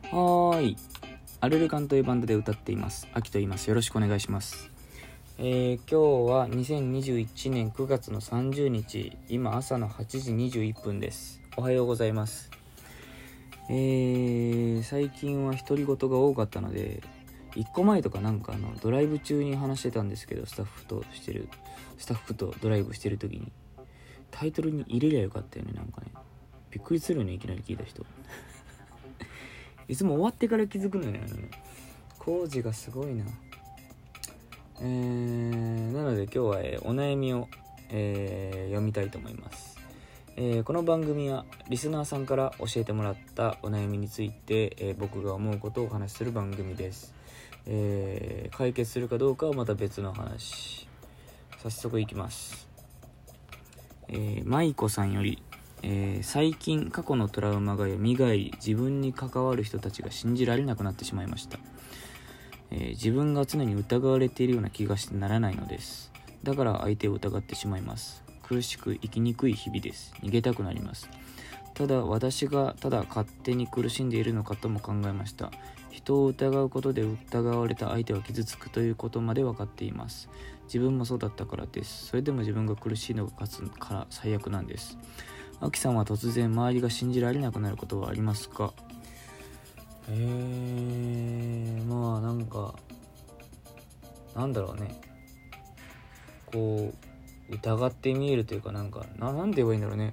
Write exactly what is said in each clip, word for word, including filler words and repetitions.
はーい。アルルカンというバンドで歌っています。アキと言います。よろしくお願いします。えー、今日はにせんにじゅういちねんくがつのさんじゅうにち、今朝のはちじにじゅういっぷんです。おはようございます。えー、最近は独り言が多かったので、いっこまえとかなんかあのドライブ中に話してたんですけど、スタッフとしてる、スタッフとドライブしてる時に、タイトルに入れりゃよかったよね、なんかね。びっくりするよね、いきなり聞いた人。いつも終わってから気づくのよね、あのね。工事がすごいな。えー、なので今日は、えー、お悩みを、えー、読みたいと思います。えー、この番組はリスナーさんから教えてもらったお悩みについて、えー、僕が思うことをお話しする番組です。えー、解決するかどうかはまた別の話。早速いきます。えー、舞子さんより、えー、最近過去のトラウマが蘇り、自分に関わる人たちが信じられなくなってしまいました。えー、自分が常に疑われているような気がしてならないのです。だから相手を疑ってしまいます。苦しく生きにくい日々です。逃げたくなります。ただ私がただ勝手に苦しんでいるのかとも考えました。人を疑うことで疑われた相手は傷つくということまで分かっています。自分もそうだったからです。それでも自分が苦しいのが勝つから最悪なんです。アキさんは突然周りが信じられなくなることはありますか？えー、まあなんかなんだろうね、こう疑って見えるというか、なんか な, なんて言えばいいんだろうね。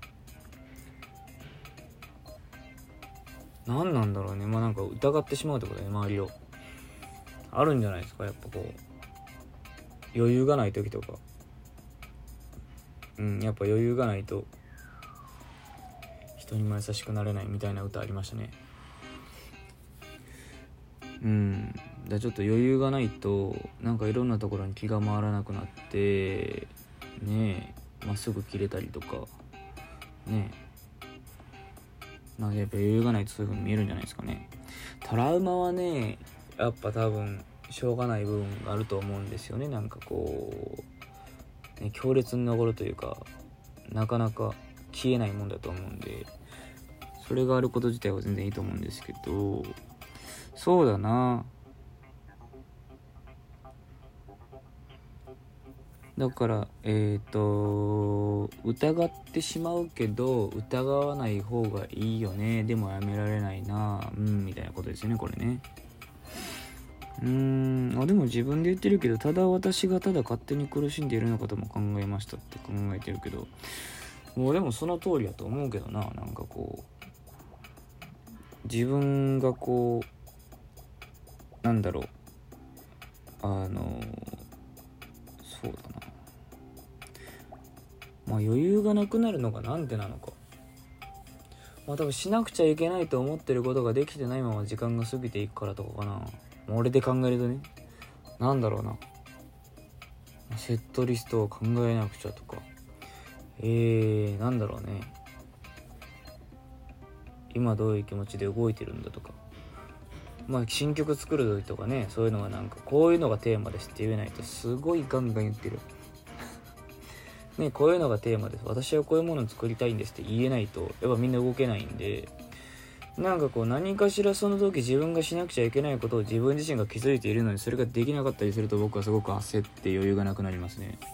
なんなんだろうね。まあなんか疑ってしまうってことだね、周りを。あるんじゃないですか、やっぱこう余裕がない時とか。うんやっぱ余裕がないと人にも優しくなれないみたいな歌ありましたね。うんだちょっと余裕がないとなんかいろんなところに気が回らなくなってねえ、まっすぐ切れたりとかねえ、なんかやっぱ余裕がないとそういう風に見えるんじゃないですかね。トラウマはねやっぱ多分しょうがない部分があると思うんですよね。なんかこう、ね、強烈に残るというかなかなか消えないもんだと思うんで、それがあること自体は全然いいと思うんですけど、そうだな、だからえっと疑ってしまうけど疑わない方がいいよね、でもやめられないな、うんみたいなことですよね、これね。うーんあでも自分で言ってるけど、ただ私がただ勝手に苦しんでいるのかとも考えましたって考えてるけど、もうでもその通りだと思うけどな。なんかこう自分がこうなんだろうあのそうだな、まあ余裕がなくなるのがなんでなのか、まあ多分しなくちゃいけないと思ってることができてないまま時間が過ぎていくからとかかな。もう俺で考えるとね、なんだろうな、セットリストを考えなくちゃとか、えーなんだろうね、今どういう気持ちで動いてるんだとか、まあ新曲作る時とかね、そういうのがなんかこういうのがテーマですって言えないとすごいガンガン言ってるね、こういうのがテーマです、私はこういうものを作りたいんですって言えないとやっぱみんな動けないんで、なんかこう何かしらその時自分がしなくちゃいけないことを自分自身が気づいているのにそれができなかったりすると、僕はすごく焦って余裕がなくなりますね。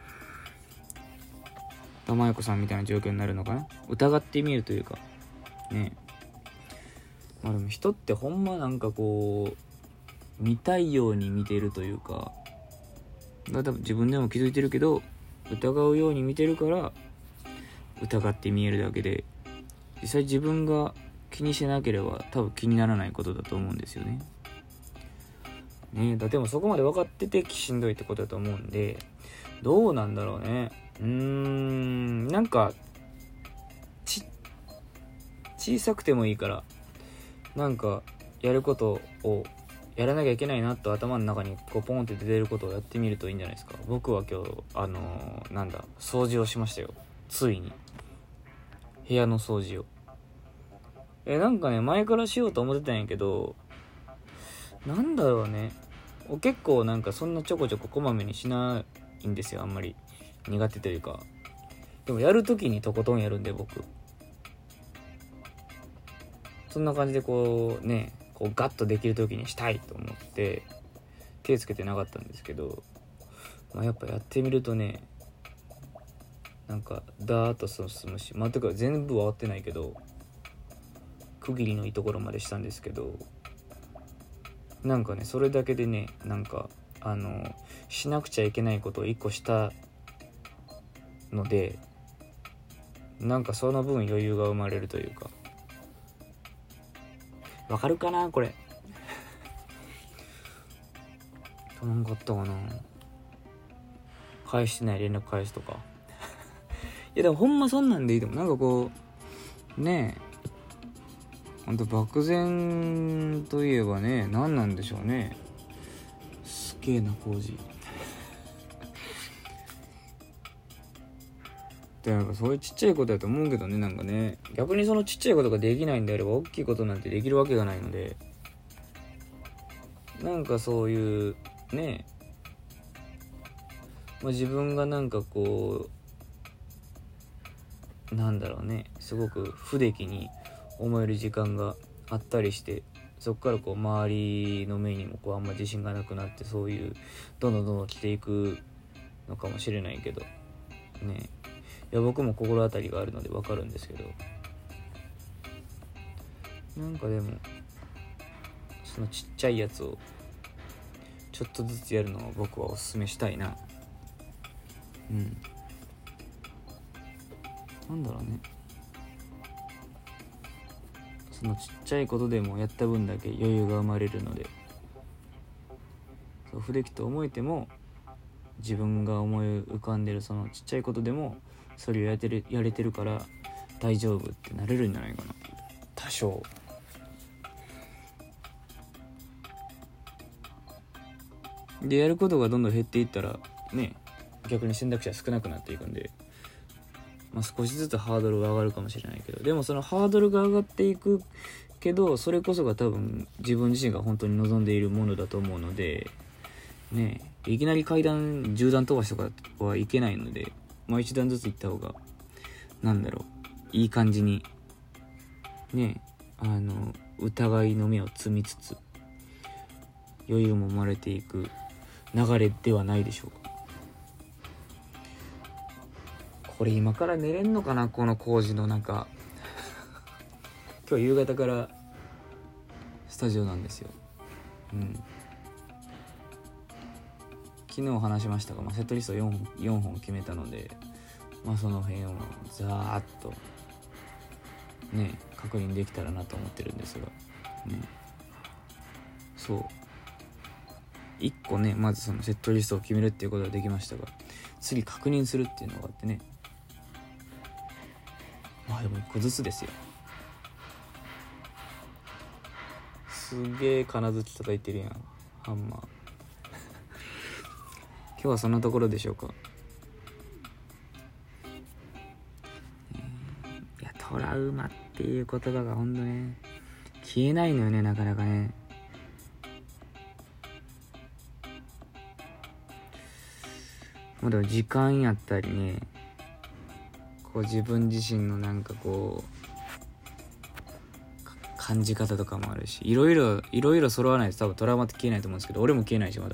玉代子さんみたいな状況になるのかな、疑ってみるというかね。まあでも人ってほんまなんかこう見たいように見てるというか、だ多分自分でも気づいてるけど疑うように見てるから疑って見えるだけで、実際自分が気にしなければ多分気にならないことだと思うんですよね。ねえ、だでもそこまで分かっててしんどいってことだと思うんで、どうなんだろうね。うーんなんかち小さくてもいいからなんかやることをやらなきゃいけないなと頭の中にこうポンって出てることをやってみるといいんじゃないですか。僕は今日あのー、なんだ掃除をしましたよ、ついに部屋の掃除を。えなんかね前からしようと思ってたんやけど、なんだろうね、結構なんかそんなちょこちょここまめにしないんですよ、あんまり苦手というか。でもやるときにとことんやるんで僕そんな感じでこうねこうガッとできる時にしたいと思って手つけてなかったんですけど、まあ、やっぱやってみるとねなんかダーッと進むし、まあ、てか全部は終わってないけど区切りのいいところまでしたんですけど、なんかねそれだけでねなんかあのしなくちゃいけないことを一個したので、なんかその分余裕が生まれるというか、わかるかなこれなんかあったかな、返してない連絡返すとかいやでもほんまそんなんでいいと思う。なんかこうねえほんと漠然といえばね何なんでしょうね、すげえな工事でなんかそういうちっちゃいことだと思うけどね、なんかね逆にそのちっちゃいことができないんであれば大きいことなんてできるわけがないので、なんかそういうね、まあ、自分がなんかこうなんだろうねすごく不出来に思える時間があったりして、そこからこう周りの目にもこうあんま自信がなくなって、そういうどんどんどんどん来ていくのかもしれないけどね、いや僕も心当たりがあるので分かるんですけど、なんかでもそのちっちゃいやつをちょっとずつやるのを僕はおすすめしたいな。うんなんだろうね、そのちっちゃいことでもやった分だけ余裕が生まれるので、そう不出来と思えても自分が思い浮かんでるそのちっちゃいことでもそれをやれてる、やれてるから大丈夫ってなれるんじゃないかな、多少。でやることがどんどん減っていったらね逆に選択肢は少なくなっていくんで、まあ、少しずつハードルが上がるかもしれないけど、でもそのハードルが上がっていくけどそれこそが多分自分自身が本当に望んでいるものだと思うのでね、いきなり階段じゅう段飛ばしとかはいけないので、まあ一段ずつ行った方がなんだろういい感じにねあの疑いの目を積みつつ余裕も生まれていく流れではないでしょうか。これ今から寝れんのかな、この工事の中今日夕方からスタジオなんですよ。うん昨日話しましたが、まあ、セットリスト 4, 4本決めたので、まあ、その辺をざーっとね確認できたらなと思ってるんですが、ね、そういっこねまずそのセットリストを決めるっていうことができましたが、次確認するっていうのがあってね、まあでもいっこずつですよ。すげえ金槌叩いてるやんハンマー今日はそんなところでしょうか。いやトラウマっていう言葉がほんとね消えないのよね、なかなかね。まあでも時間やったりねこう自分自身のなんかこう感じ方とかもあるし、いろいろいろいろ揃わないと多分トラウマって消えないと思うんですけど、俺も消えないしまだ。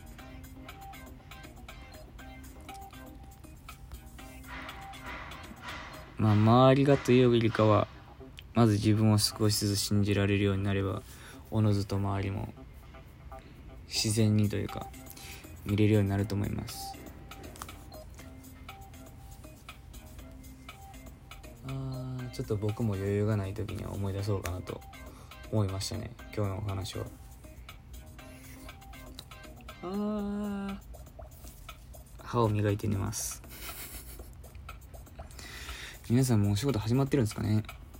まあ周りがというよりかはまず自分を少しずつ信じられるようになればおのずと周りも自然にというか見れるようになると思います。あーちょっと僕も余裕がない時には思い出そうかなと思いましたね、今日のお話は。あー歯を磨いて寝ます皆さんもお仕事始まってるんですかね。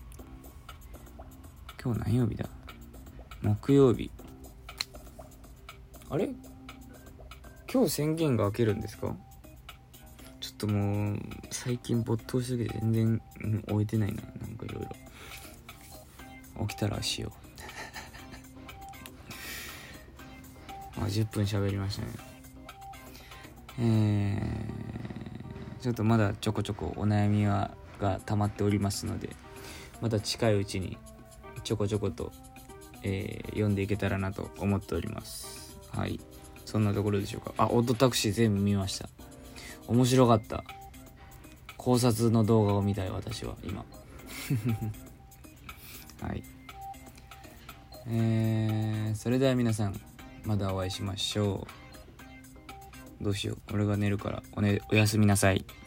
今日何曜日だ、木曜日。あれ今日宣言が明けるんですか。ちょっともう最近没頭しすぎて全然、うん、終えてないな。なんかいろいろ起きたらしようあじゅっぷん喋りましたね。えー、ちょっとまだちょこちょこお悩みはが溜まっておりますので、また近いうちにちょこちょこと、えー、読んでいけたらなと思っております。はい、そんなところでしょうか。あ、オッドタクシー全部見ました。面白かった。考察の動画を見たい、私は今はい、えー、それでは皆さんまたお会いしましょう。どうしよう、俺が寝るからおね、おやすみなさい。